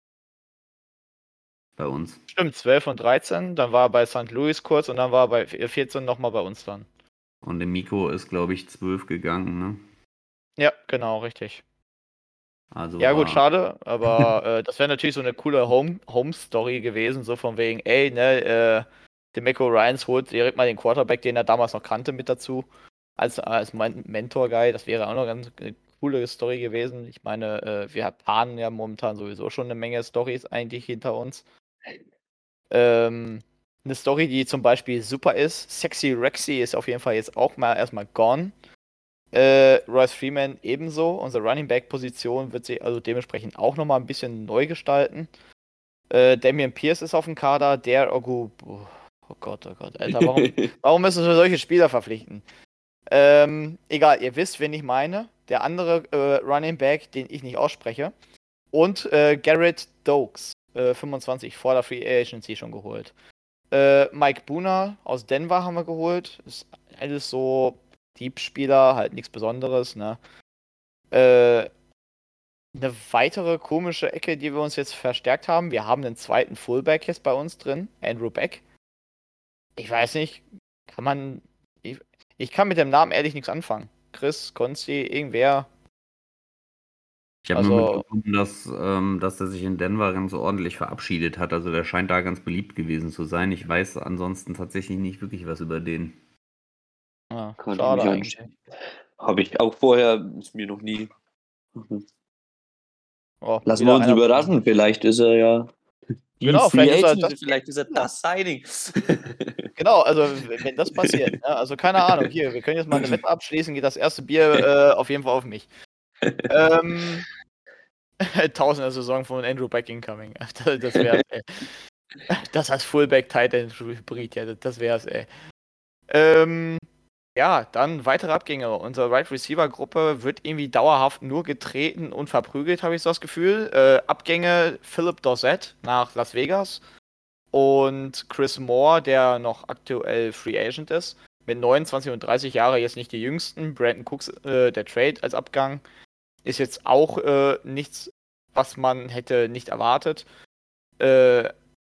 Speaker 5: Bei uns.
Speaker 4: Stimmt, 12 und 13. Dann war er bei St. Louis kurz und dann war er bei 14 nochmal bei uns dann.
Speaker 5: Und der Miko ist, glaube ich, 12 gegangen, ne?
Speaker 4: Ja, genau, richtig.
Speaker 5: Also
Speaker 4: ja, gut, schade, aber das wäre natürlich so eine coole Home-Story gewesen, so von wegen, ey, ne, der Mako Ryans holt direkt mal den Quarterback, den er damals noch kannte, mit dazu, als Mentor-Guy. Das wäre auch noch eine ganz coole Story gewesen. Ich meine, wir planen ja momentan sowieso schon eine Menge Storys eigentlich hinter uns. Eine Story, die zum Beispiel super ist, Sexy Rexy ist auf jeden Fall jetzt auch mal erstmal gone. Royce Freeman ebenso. Unsere Running Back Position wird sich also dementsprechend auch nochmal ein bisschen neu gestalten. Damian Pierce ist auf dem Kader. Oh Gott, Alter, warum müssen wir solche Spieler verpflichten? Egal, ihr wisst, wen ich meine. Der andere Running Back, den ich nicht ausspreche. Und Garrett Dokes, 25, vor der Free Agency schon geholt. Mike Booner aus Denver haben wir geholt. Ist alles so Deep-Spieler, halt nichts Besonderes, ne? Eine weitere komische Ecke, die wir uns jetzt verstärkt haben. Wir haben einen zweiten Fullback jetzt bei uns drin, Andrew Beck. Ich weiß nicht, ich kann mit dem Namen ehrlich nichts anfangen. Chris, Konsti, irgendwer.
Speaker 5: Ich habe nur mitbekommen, dass er sich in Denver ganz ordentlich verabschiedet hat. Also der scheint da ganz beliebt gewesen zu sein. Ich weiß ansonsten tatsächlich nicht wirklich was über den.
Speaker 4: Ja,
Speaker 7: Kann
Speaker 4: schade
Speaker 7: ich mich
Speaker 4: eigentlich.
Speaker 7: Habe ich auch vorher, ist mir noch nie.
Speaker 4: Oh,
Speaker 7: Lassen wir uns überraschen, vielleicht ist er ja.
Speaker 4: Genau,
Speaker 7: vielleicht ist er das Signing.
Speaker 4: Genau, also wenn das passiert, ne? Also keine Ahnung, hier, wir können jetzt mal eine Wette abschließen, geht das erste Bier auf jeden Fall auf mich. 1000er Saison von Andrew Beck incoming. Das wäre, das als Fullback Titan Hybrid, ja, das wär's, ey. Ja, dann weitere Abgänge. Unsere Right Receiver Gruppe wird irgendwie dauerhaft nur getreten und verprügelt, habe ich so das Gefühl. Abgänge Philip Dorsett nach Las Vegas und Chris Moore, der noch aktuell Free Agent ist. Mit 29 und 30 Jahre jetzt nicht die jüngsten. Brandon Cooks, der Trade als Abgang, ist jetzt auch nichts, was man hätte nicht erwartet.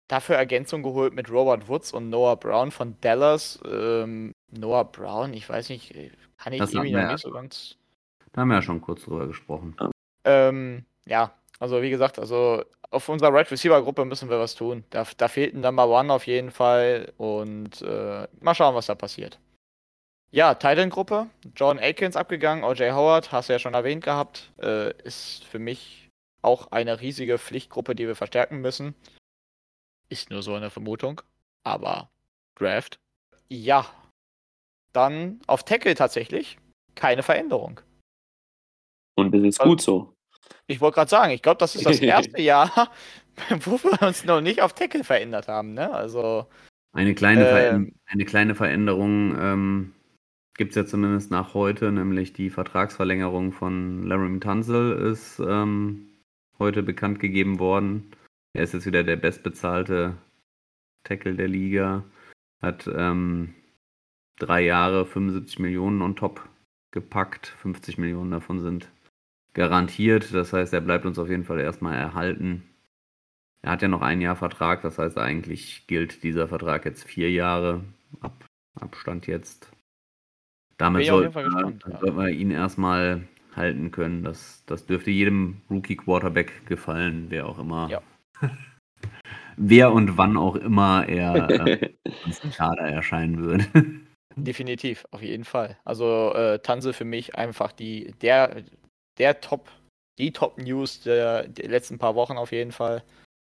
Speaker 4: dafür Ergänzung geholt mit Robert Woods und Noah Brown von Dallas. Noah Brown, ich weiß nicht, kann ich
Speaker 5: Das
Speaker 4: irgendwie
Speaker 5: hatten wir
Speaker 4: noch
Speaker 5: ja
Speaker 4: nicht so ganz.
Speaker 5: Da haben wir ja schon kurz drüber gesprochen.
Speaker 4: Ja, also wie gesagt, also auf unserer Right Receiver Gruppe müssen wir was tun. Da fehlt ein Number One auf jeden Fall und mal schauen, was da passiert. Ja, Titan Gruppe, John Akins abgegangen, O.J. Howard, hast du ja schon erwähnt gehabt, ist für mich auch eine riesige Pflichtgruppe, die wir verstärken müssen. Ist nur so eine Vermutung, aber Draft. Ja, dann auf Tackle tatsächlich keine Veränderung.
Speaker 7: Und das ist gut so.
Speaker 4: Ich wollte gerade sagen, ich glaube, das ist das erste Jahr, wo wir uns noch nicht auf Tackle verändert haben, ne? Also.
Speaker 5: Eine kleine Veränderung gibt es ja zumindest nach heute, nämlich die Vertragsverlängerung von Laramie Tunsil ist heute bekannt gegeben worden. Er ist jetzt wieder der bestbezahlte Tackle der Liga, hat 3 Jahre 75 Millionen on top gepackt, 50 Millionen davon sind garantiert, das heißt, er bleibt uns auf jeden Fall erstmal erhalten. Er hat ja noch 1 Jahr Vertrag, das heißt, eigentlich gilt dieser Vertrag jetzt 4 Jahre, Abstand jetzt. Damit sollten wir ihn erstmal halten können. Das dürfte jedem Rookie-Quarterback gefallen, wer auch immer.
Speaker 4: Ja.
Speaker 5: Wer und wann auch immer er im Kader erscheinen würde.
Speaker 4: Definitiv, auf jeden Fall. Also Tunsil für mich einfach die Top-News der letzten paar Wochen auf jeden Fall.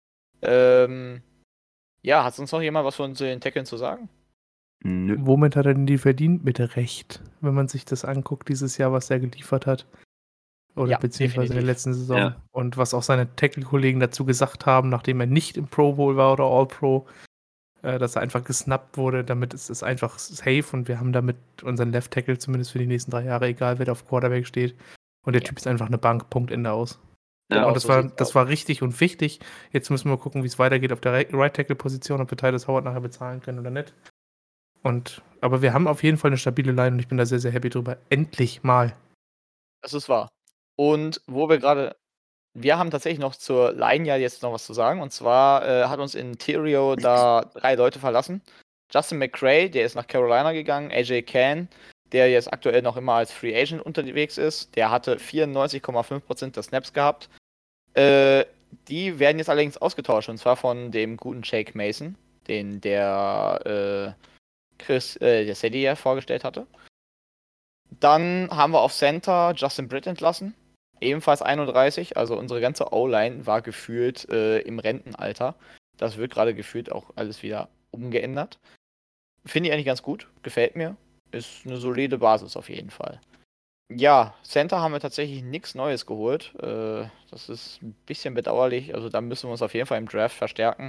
Speaker 4: Ja, hat sonst noch jemand was von den Tackeln zu sagen?
Speaker 5: Nö.
Speaker 6: Womit hat er denn die verdient? Mit Recht, wenn man sich das anguckt, dieses Jahr, was er geliefert hat. Oder
Speaker 4: Ja,
Speaker 6: beziehungsweise in der
Speaker 4: definitiv.
Speaker 6: letzten Saison.
Speaker 7: Ja.
Speaker 6: Und was auch seine Tackle-Kollegen dazu gesagt haben, nachdem er nicht im Pro Bowl war oder All-Pro, dass er einfach gesnappt wurde. Damit ist es einfach safe und wir haben damit unseren Left Tackle zumindest für die nächsten 3 Jahre, egal wer da auf Quarterback steht. Und der Typ ist einfach eine Bank, Punkt, Ende aus.
Speaker 4: Genau,
Speaker 6: und
Speaker 4: so sieht's
Speaker 6: das
Speaker 4: aus.
Speaker 6: war richtig und wichtig. Jetzt müssen wir gucken, wie es weitergeht auf der Right-Tackle-Position, ob wir Tytus Howard nachher bezahlen können oder nicht. Aber wir haben auf jeden Fall eine stabile Line und ich bin da sehr, sehr happy drüber. Endlich mal.
Speaker 4: Das ist wahr. Und wir haben tatsächlich noch zur Line ja jetzt noch was zu sagen. Und zwar hat uns Interior da 3 Leute verlassen. Justin McCray, der ist nach Carolina gegangen. AJ Cann, der jetzt aktuell noch immer als Free Agent unterwegs ist, der hatte 94,5% der Snaps gehabt. Die werden jetzt allerdings ausgetauscht, und zwar von dem guten Jake Mason, den der Sadie ja vorgestellt hatte. Dann haben wir auf Center Justin Britt entlassen, ebenfalls 31, also unsere ganze O-Line war gefühlt im Rentenalter. Das wird gerade gefühlt auch alles wieder umgeändert. Finde ich eigentlich ganz gut, gefällt mir. Ist eine solide Basis auf jeden Fall. Ja, Center haben wir tatsächlich nichts Neues geholt. Das ist ein bisschen bedauerlich. Also da müssen wir uns auf jeden Fall im Draft verstärken.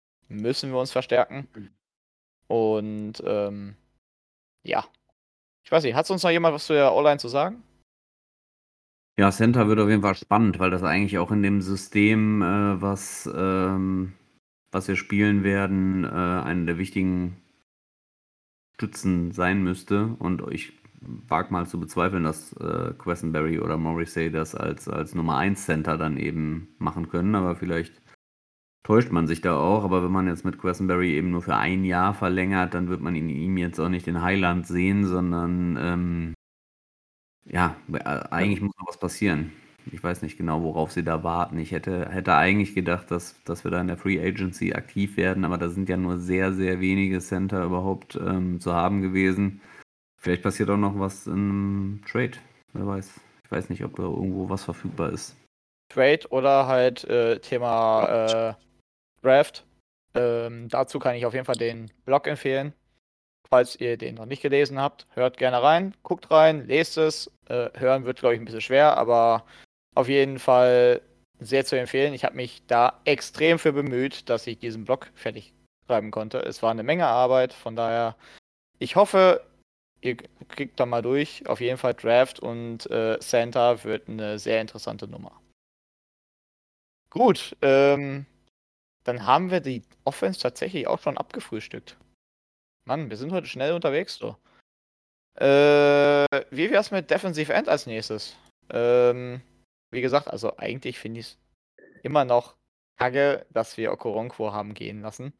Speaker 4: Und ja. Ich weiß nicht, hat sonst noch jemand was zu der O-Line zu sagen?
Speaker 5: Ja, Center wird auf jeden Fall spannend, weil das eigentlich auch in dem System, was wir spielen werden, eine der wichtigen Stützen sein müsste. Und ich wage mal zu bezweifeln, dass Quessenberry oder Morrissey das als Nummer 1 Center dann eben machen können. Aber vielleicht täuscht man sich da auch. Aber wenn man jetzt mit Quessenberry eben nur für 1 Jahr verlängert, dann wird man in ihm jetzt auch nicht den Highland sehen, sondern eigentlich muss noch was passieren. Ich weiß nicht genau, worauf sie da warten. Ich hätte eigentlich gedacht, dass wir da in der Free Agency aktiv werden, aber da sind ja nur sehr, sehr wenige Center überhaupt zu haben gewesen. Vielleicht passiert auch noch was im Trade. Wer weiß. Ich weiß nicht, ob da irgendwo was verfügbar ist.
Speaker 4: Trade oder halt Thema Draft. Dazu kann ich auf jeden Fall den Blog empfehlen. Falls ihr den noch nicht gelesen habt, hört gerne rein, guckt rein, lest es. Hören wird, glaube ich, ein bisschen schwer, aber auf jeden Fall sehr zu empfehlen. Ich habe mich da extrem für bemüht, dass ich diesen Blog fertig schreiben konnte. Es war eine Menge Arbeit, von daher, ich hoffe, ihr kriegt da mal durch. Auf jeden Fall Draft und Center wird eine sehr interessante Nummer. Gut, dann haben wir die Offense tatsächlich auch schon abgefrühstückt. Mann, wir sind heute schnell unterwegs, so. Wie wär's mit Defensive End als nächstes? Wie gesagt, also eigentlich finde ich es immer noch sage, dass wir Okoronkwo haben gehen lassen.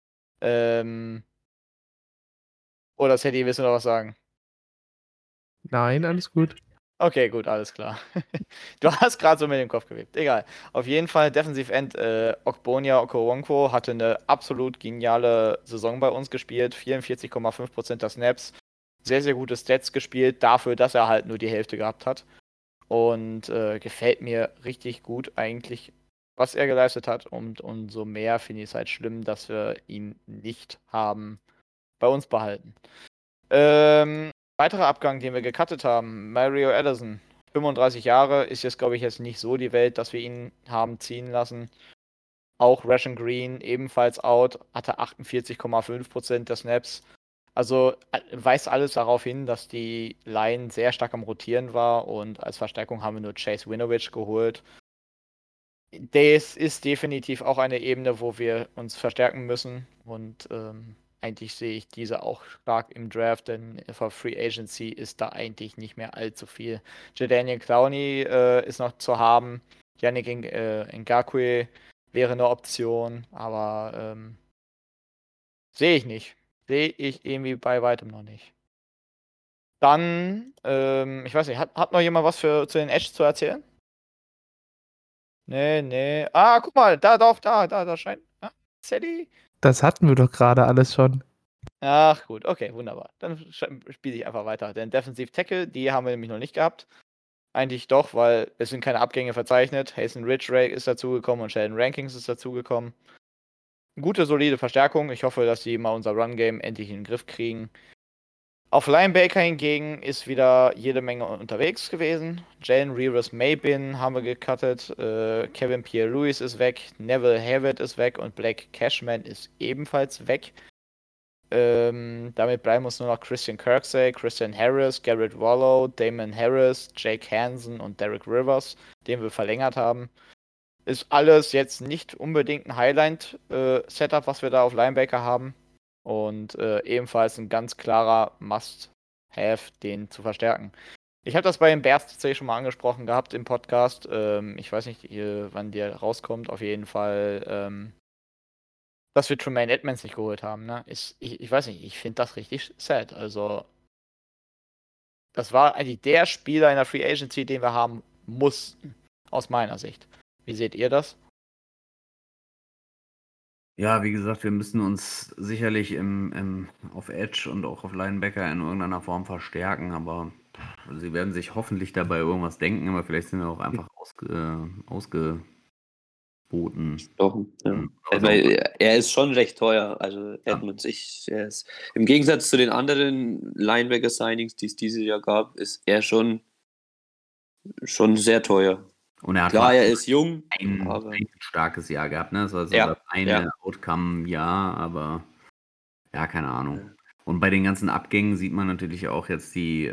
Speaker 4: Oder Sadie, willst du noch was sagen?
Speaker 6: Nein, alles gut.
Speaker 4: Okay, gut, alles klar. Du hast gerade so mit dem Kopf gewebt. Egal. Auf jeden Fall, Defensive End Ogbonia Okoronkwo hatte eine absolut geniale Saison bei uns gespielt. 44,5% der Snaps. Sehr, sehr gute Stats gespielt, dafür, dass er halt nur die Hälfte gehabt hat. Und gefällt mir richtig gut eigentlich, was er geleistet hat. Und umso mehr finde ich es halt schlimm, dass wir ihn nicht haben bei uns behalten. Weiterer Abgang, den wir gecuttet haben, Mario Addison. 35 Jahre, ist jetzt, glaube ich, jetzt nicht so die Welt, dass wir ihn haben ziehen lassen. Auch Ration Green, ebenfalls out, hatte 48,5% der Snaps. Also weist alles darauf hin, dass die Line sehr stark am Rotieren war und als Verstärkung haben wir nur Chase Winovich geholt. Das ist definitiv auch eine Ebene, wo wir uns verstärken müssen und eigentlich sehe ich diese auch stark im Draft, denn für Free Agency ist da eigentlich nicht mehr allzu viel. Jadanian Clowney ist noch zu haben. Yannick Ngakoue wäre eine Option, aber sehe ich nicht. Sehe ich irgendwie bei weitem noch nicht. Dann, ich weiß nicht, hat noch jemand was zu den Edge zu erzählen? Nee. Ah, guck mal, da scheint. Ah, Sadie?
Speaker 6: Das hatten wir doch gerade alles schon.
Speaker 4: Ach gut, okay, wunderbar. Dann spiele ich einfach weiter. Denn Defensive Tackle, die haben wir nämlich noch nicht gehabt. Eigentlich doch, weil es sind keine Abgänge verzeichnet. Hasten Ridgway ist dazugekommen und Sheldon Rankings ist dazugekommen. Gute, solide Verstärkung. Ich hoffe, dass sie mal unser Run-Game endlich in den Griff kriegen. Auf Linebacker hingegen ist wieder jede Menge unterwegs gewesen. Jalen Reeves-Maybin haben wir gecuttet. Kevin Pierre-Louis ist weg. Neville Hayward ist weg und Blake Cashman ist ebenfalls weg. Damit bleiben uns nur noch Christian Kirksey, Christian Harris, Garrett Wallow, Damon Harris, Jake Hansen und Derek Rivers, den wir verlängert haben. Ist alles jetzt nicht unbedingt ein Highlight-Setup, was wir da auf Linebacker haben. Und ebenfalls ein ganz klarer Must-Have, den zu verstärken. Ich habe das bei den Bears tatsächlich schon mal angesprochen gehabt im Podcast. Ich weiß nicht, wann der rauskommt. Auf jeden Fall, dass wir Tremaine Edmonds nicht geholt haben. Ne? Ich weiß nicht, ich finde das richtig sad. Also, das war eigentlich der Spieler in der Free Agency, den wir haben mussten. Aus meiner Sicht. Wie seht ihr das?
Speaker 5: Ja, wie gesagt, wir müssen uns sicherlich auf Edge und auch auf Linebacker in irgendeiner Form verstärken, aber sie werden sich hoffentlich dabei irgendwas denken, aber vielleicht sind wir auch einfach ausgeboten.
Speaker 7: Doch, ja.
Speaker 5: Also,
Speaker 7: Weil er ist schon recht teuer. Also Edmonds, er ist im Gegensatz zu den anderen Linebacker-Signings, die es dieses Jahr gab, ist er schon sehr teuer.
Speaker 5: und er hat
Speaker 7: Klar, er ist jung,
Speaker 5: ein starkes Jahr gehabt, ne? Das war so
Speaker 7: Ja,
Speaker 5: das eine Outcome-Jahr, aber ja, keine Ahnung. Und bei den ganzen Abgängen sieht man natürlich auch jetzt die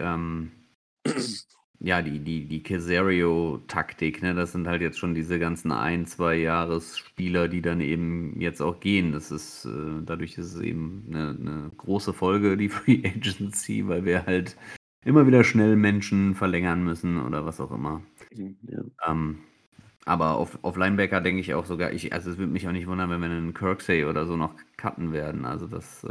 Speaker 5: Caserio-Taktik, ne? Das sind halt jetzt schon diese ganzen 1-2 Jahresspieler, die dann eben jetzt auch gehen. Das ist, dadurch ist es eben eine große Folge, die Free Agency, weil wir halt immer wieder schnell Menschen verlängern müssen oder was auch immer.
Speaker 7: ja.
Speaker 5: Aber auf Linebacker denke ich auch sogar, also es würde mich auch nicht wundern, wenn wir einen Kirksey oder so noch cutten werden. Also das,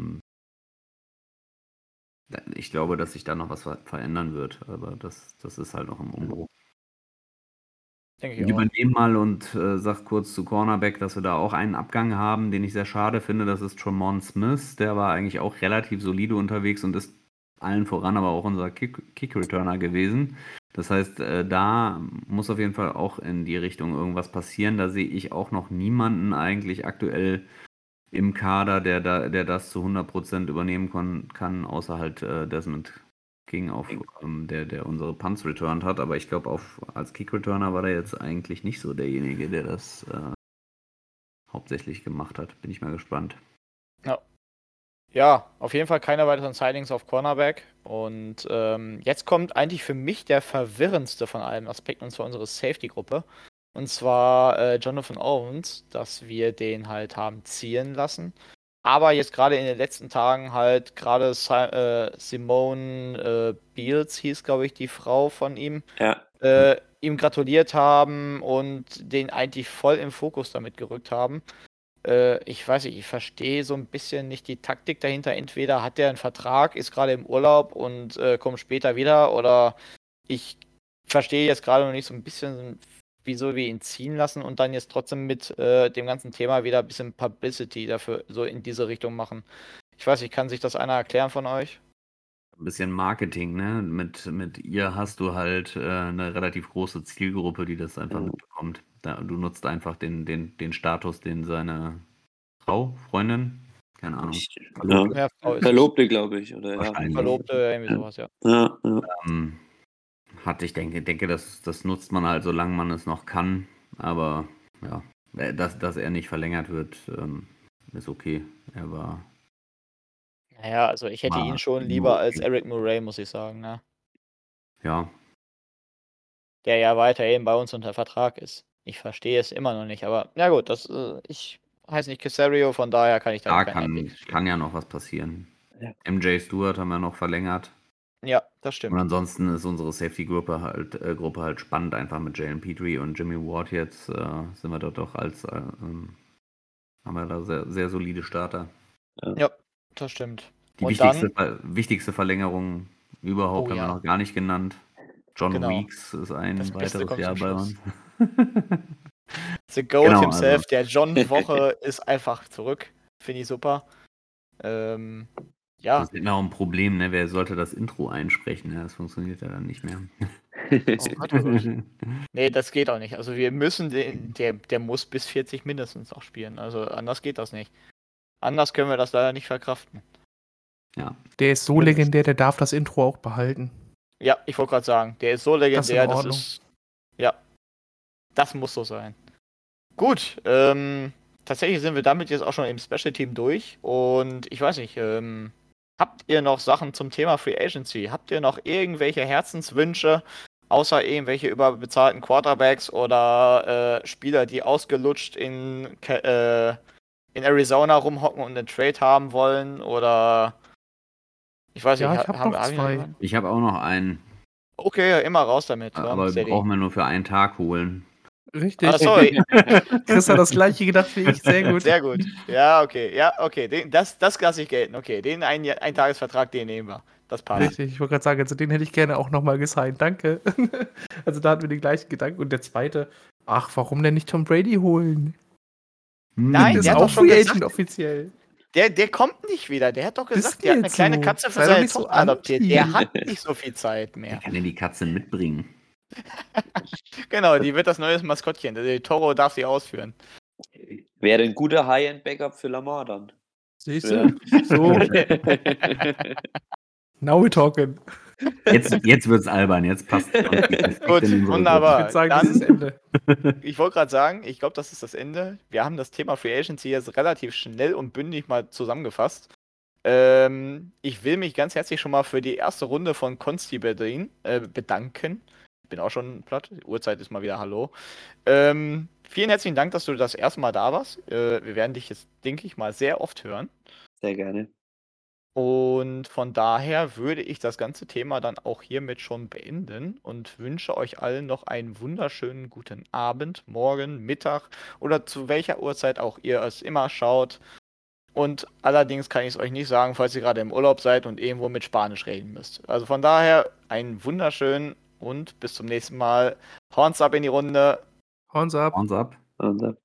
Speaker 5: ich glaube, dass sich da noch was verändern wird, aber das ist halt noch im Umbruch.
Speaker 4: Denke
Speaker 5: Ich
Speaker 4: ich auch.
Speaker 5: übernehme mal und sag kurz zu Cornerback, dass wir da auch einen Abgang haben, den ich sehr schade finde. Das ist Tremont Smith. Der war eigentlich auch relativ solide unterwegs und ist allen voran aber auch unser Kick-Returner gewesen. Das heißt, da muss auf jeden Fall auch in die Richtung irgendwas passieren. Da sehe ich auch noch niemanden eigentlich aktuell im Kader, der das zu 100% übernehmen kann, außer halt Desmond King, der unsere Punts returned hat. Aber ich glaube, als Kick-Returner war der jetzt eigentlich nicht so derjenige, der das hauptsächlich gemacht hat. Bin ich mal gespannt.
Speaker 4: Ja, auf jeden Fall keine weiteren Signings auf Cornerback. Und jetzt kommt eigentlich für mich der verwirrendste von allen Aspekten, und zwar unsere Safety-Gruppe. Und zwar Jonathan Owens, dass wir den halt haben ziehen lassen. Aber jetzt gerade in den letzten Tagen halt gerade Simone Beals hieß, glaube ich, die Frau von ihm.
Speaker 7: Ja.
Speaker 4: ihm gratuliert haben und den eigentlich voll im Fokus damit gerückt haben. Ich weiß nicht, ich verstehe so ein bisschen nicht die Taktik dahinter. Entweder hat er einen Vertrag, ist gerade im Urlaub und kommt später wieder, oder ich verstehe jetzt gerade noch nicht so ein bisschen, wieso wir ihn ziehen lassen und dann jetzt trotzdem mit dem ganzen Thema wieder ein bisschen Publicity dafür so in diese Richtung machen. Ich weiß nicht, kann sich das einer erklären von euch?
Speaker 5: Ein bisschen Marketing, ne? Mit ihr hast du halt eine relativ große Zielgruppe, die das einfach mitbekommt. Du nutzt einfach den Status, den seine Frau, Freundin, keine Ahnung,
Speaker 7: Ja.
Speaker 4: Ja, Frau ist es.
Speaker 7: Verlobte, glaube ich. Oder, ja.
Speaker 5: Wahrscheinlich.
Speaker 4: Verlobte, irgendwie sowas, ja.
Speaker 7: Ja, ja.
Speaker 5: hat. Ich denke, das nutzt man halt, solange man es noch kann. Aber ja, dass er nicht verlängert wird, ist okay. Er war.
Speaker 4: Naja, also ich hätte ihn schon lieber als Eric Murray, muss ich sagen, ne?
Speaker 5: Ja,
Speaker 4: Der ja weiterhin bei uns unter Vertrag ist. Ich verstehe es immer noch nicht, aber na gut, ich heiße nicht Casario, von daher kann ich da
Speaker 5: da
Speaker 4: keinen Einblick geben.
Speaker 5: kann ja noch was passieren.
Speaker 7: Ja.
Speaker 5: MJ Stewart haben wir noch verlängert.
Speaker 4: Ja, das
Speaker 5: Und
Speaker 4: stimmt.
Speaker 5: ansonsten ist unsere Safety-Gruppe halt spannend, einfach mit Jalen Petrie und Jimmy Ward jetzt sind wir dort doch haben wir da sehr, sehr solide Starter.
Speaker 4: Ja, das stimmt.
Speaker 5: Die
Speaker 4: Und
Speaker 5: wichtigste Verlängerung überhaupt
Speaker 4: Oh,
Speaker 5: haben wir
Speaker 4: ja.
Speaker 5: noch gar nicht genannt. John
Speaker 4: Genau.
Speaker 5: Weeks ist ein
Speaker 4: Das Beste
Speaker 5: weiteres
Speaker 4: kommt
Speaker 5: Jahr
Speaker 4: zum
Speaker 5: bei
Speaker 4: Schluss.
Speaker 5: uns.
Speaker 4: The Goat
Speaker 5: Genau,
Speaker 4: himself,
Speaker 5: also.
Speaker 4: der John Woche ist einfach zurück. Finde ich super. Ja,
Speaker 5: Das ist immer auch ein Problem, ne? Wer sollte das Intro einsprechen? Ja, das funktioniert ja dann nicht mehr.
Speaker 4: oh Gott, oh Gott. Nee, das geht auch nicht. Also wir müssen der muss bis 40 mindestens auch spielen. Also anders geht das nicht. Anders können wir das leider nicht verkraften.
Speaker 5: Ja.
Speaker 6: Der ist so legendär, der darf das Intro auch behalten.
Speaker 4: Ja, ich wollte gerade sagen, der ist so
Speaker 6: Das
Speaker 4: legendär,
Speaker 6: in
Speaker 4: das
Speaker 6: Ordnung.
Speaker 4: ist. Ja. Das muss so sein. Gut, tatsächlich sind wir damit jetzt auch schon im Special Team durch. Und ich weiß nicht, habt ihr noch Sachen zum Thema Free Agency? Habt ihr noch irgendwelche Herzenswünsche, außer irgendwelche überbezahlten Quarterbacks oder Spieler, die ausgelutscht in Arizona rumhocken und einen Trade haben wollen? Oder ich weiß
Speaker 6: Ja,
Speaker 4: nicht,
Speaker 6: ich hab noch zwei.
Speaker 4: jemanden?
Speaker 5: Ich habe auch noch einen,
Speaker 4: Okay, immer raus damit. komm,
Speaker 5: aber
Speaker 4: steady.
Speaker 5: brauchen wir nur für einen Tag holen.
Speaker 6: Richtig.
Speaker 4: Ach, sorry.
Speaker 6: Chris hat das gleiche gedacht wie ich. Sehr gut.
Speaker 4: Sehr gut. Ja, okay. Das lasse ich gelten. Okay, den Eintagesvertrag, den nehmen wir. Das passt.
Speaker 6: Richtig, ich wollte gerade sagen, also den hätte ich gerne auch nochmal gesigned. Danke. Also da hatten wir den gleichen Gedanken. Und der zweite, ach, warum denn nicht Tom Brady holen?
Speaker 4: Nein,
Speaker 6: Ist
Speaker 4: der hat
Speaker 6: auch
Speaker 4: doch schon
Speaker 6: Free
Speaker 4: gesagt,
Speaker 6: Agent offiziell.
Speaker 4: der kommt nicht wieder. Der hat doch
Speaker 6: Ist
Speaker 4: gesagt, der hat eine
Speaker 6: jetzt
Speaker 4: kleine
Speaker 6: so.
Speaker 4: Katze für
Speaker 6: Sei doch
Speaker 4: seine
Speaker 6: nicht so
Speaker 4: Tochter adoptiert.
Speaker 6: anti.
Speaker 4: Der hat nicht so viel Zeit
Speaker 5: Der
Speaker 4: mehr.
Speaker 5: kann ja die Katze mitbringen.
Speaker 4: Genau, die wird das neue Maskottchen. Der Toro darf sie ausführen.
Speaker 7: Wäre ein guter High-End-Backup für Lamar dann.
Speaker 6: Siehst
Speaker 7: Ja.
Speaker 6: du? So, now we're talking.
Speaker 5: Jetzt wird's albern, jetzt passt es.
Speaker 4: Gut, wunderbar.
Speaker 6: Ich würde sagen,
Speaker 4: Dann-
Speaker 6: das ist Ende.
Speaker 4: Ich wollte gerade sagen, ich glaube, das ist das Ende. Wir haben das Thema Free Agency jetzt relativ schnell und bündig mal zusammengefasst. Ich will mich ganz herzlich schon mal für die erste Runde von Konsti bedanken. Ich bin auch schon platt. Die Uhrzeit ist mal wieder Hallo. Vielen herzlichen Dank, dass du das erste Mal da warst. Wir werden dich jetzt, denke ich mal, sehr oft hören.
Speaker 7: Sehr gerne.
Speaker 4: Und von daher würde ich das ganze Thema dann auch hiermit schon beenden und wünsche euch allen noch einen wunderschönen guten Abend, morgen, Mittag oder zu welcher Uhrzeit auch ihr es immer schaut. Und allerdings kann ich es euch nicht sagen, falls ihr gerade im Urlaub seid und irgendwo mit Spanisch reden müsst. Also von daher einen wunderschönen und bis zum nächsten Mal. Horns ab in die Runde.
Speaker 6: Horns up.
Speaker 5: Horns ab.
Speaker 7: Und,